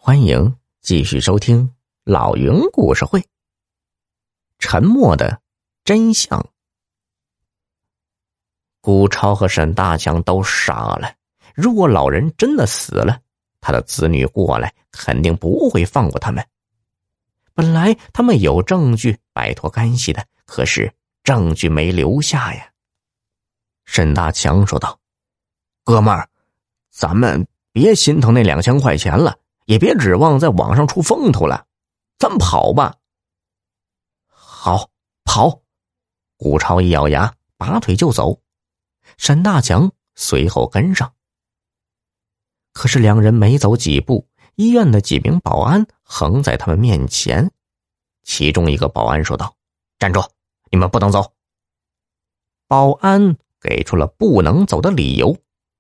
欢迎继续收听老云故事会。沉默的真相。顾超和沈大强都傻了，如果老人真的死了，他的子女过来肯定不会放过他们。本来他们有证据摆脱干系的，可是证据没留下呀。沈大强说道：哥们儿，咱们别心疼那2000块钱了，也别指望在网上出风头了，咱们跑吧。好，跑！顾超一咬牙，拔腿就走。沈大强随后跟上。可是两人没走几步，医院的几名保安横在他们面前。其中一个保安说道：站住，你们不能走。保安给出了不能走的理由。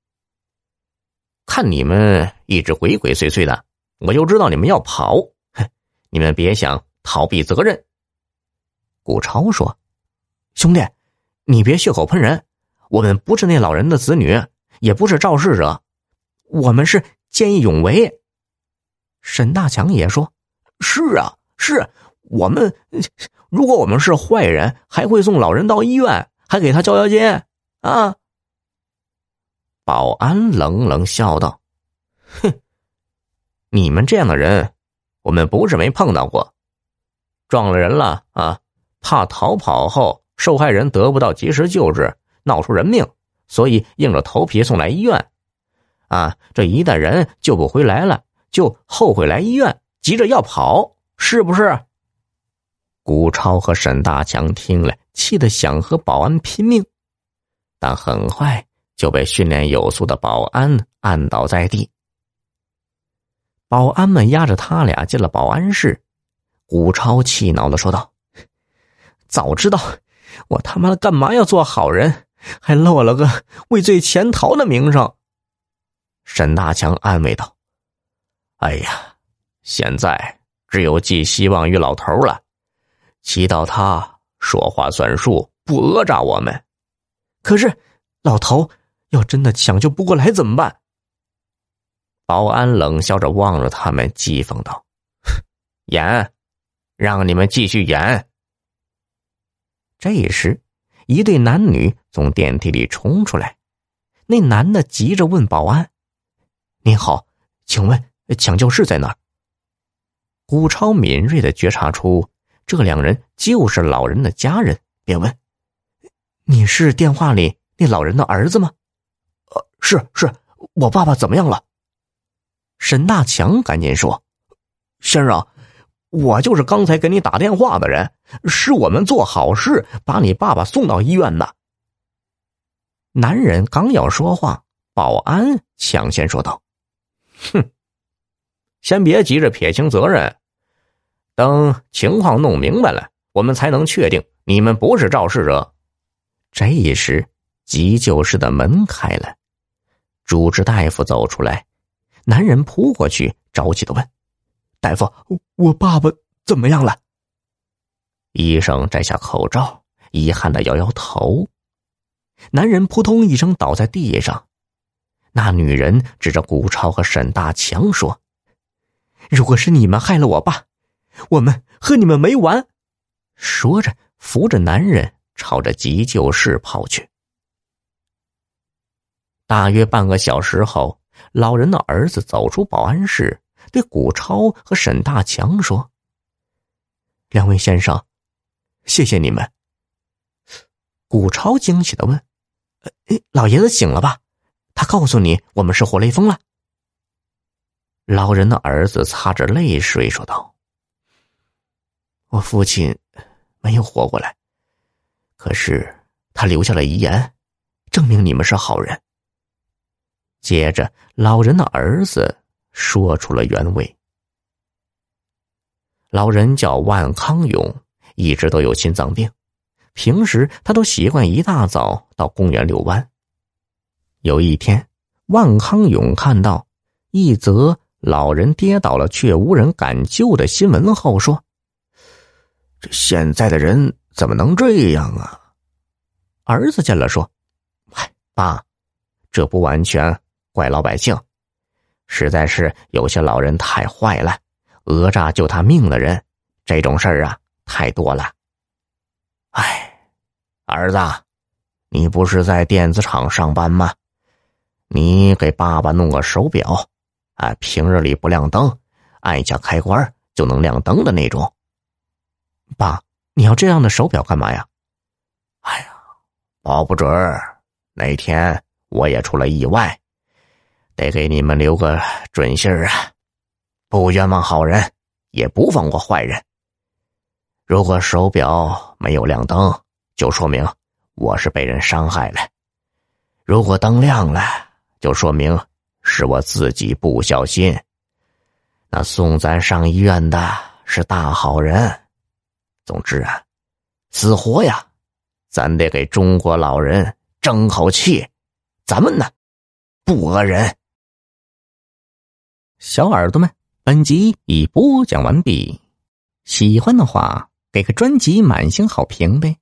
看你们一直鬼鬼祟祟的，我就知道你们要跑，你们别想逃避责任。顾超说：兄弟，你别血口喷人，我们不是那老人的子女，也不是肇事者，我们是见义勇为。沈大强也说：是啊，是，我们如果我们是坏人，还会送老人到医院，还给他交押金啊。保安冷冷笑道：哼，你们这样的人我们不是没碰到过，撞了人了啊，怕逃跑后受害人得不到及时救治，闹出人命，所以硬着头皮送来医院啊，这一旦人救不回来了，就后悔来医院，急着要跑，是不是？顾超和沈大强听了，气得想和保安拼命，但很快就被训练有素的保安按倒在地。保安们押着他俩进了保安室。顾超气恼地说道：早知道我他妈的干嘛要做好人，还落了个畏罪潜逃的名声。沈大强安慰道：哎呀，现在只有寄希望于老头了，祈祷他说话算数，不讹诈我们。可是老头要真的抢救不过来怎么办？保安冷笑着望着他们，讥讽道：演，让你们继续演。这时一对男女从电梯里冲出来，那男的急着问保安：您好，请问抢救室在哪儿？顾超敏锐地觉察出这两人就是老人的家人，便问：你是电话里那老人的儿子吗？是，我爸爸怎么样了？沈大强赶紧说：先生，我就是刚才给你打电话的人，是我们做好事把你爸爸送到医院的。男人刚要说话，保安抢先说道：哼，先别急着撇清责任，等情况弄明白了，我们才能确定你们不是肇事者。这时急救室的门开了，主治大夫走出来，男人扑过去着急地问：大夫，我爸爸怎么样了？医生摘下口罩，遗憾地摇摇头。男人扑通一声倒在地上。那女人指着顾超和沈大强说：如果是你们害了我爸，我们和你们没完。说着扶着男人朝着急救室跑去。大约半个小时后，老人的儿子走出保安室，对顾超和沈大强说：两位先生，谢谢你们。顾超惊喜地问：老爷子醒了吧？他告诉你我们是活雷锋了？老人的儿子擦着泪水说道：我父亲没有活过来，可是他留下了遗言，证明你们是好人。接着老人的儿子说出了原委。老人叫万康勇，一直都有心脏病，平时他都习惯一大早到公园遛弯。有一天，万康勇看到一则老人跌倒了却无人敢救的新闻后说：这现在的人怎么能这样啊？儿子见了说：爸，这不完全怪老百姓， 实在是有些老人太坏了，讹诈救他命的人，这种事儿啊太多了。哎，儿子，你不是在电子厂上班吗？你给爸爸弄个手表，平日里不亮灯，按下开关就能亮灯的那种。爸，你要这样的手表干嘛呀？哎呀，保不准哪天我也出了意外，得给你们留个准信儿啊！不冤枉好人，也不放过坏人。如果手表没有亮灯，就说明我是被人伤害了；如果灯亮了，就说明是我自己不小心。那送咱上医院的是大好人。总之啊，死活呀，咱得给中国老人争口气。咱们呢，不讹人。 小耳朵们，本集已播讲完毕，喜欢的话给个专辑满星好评呗。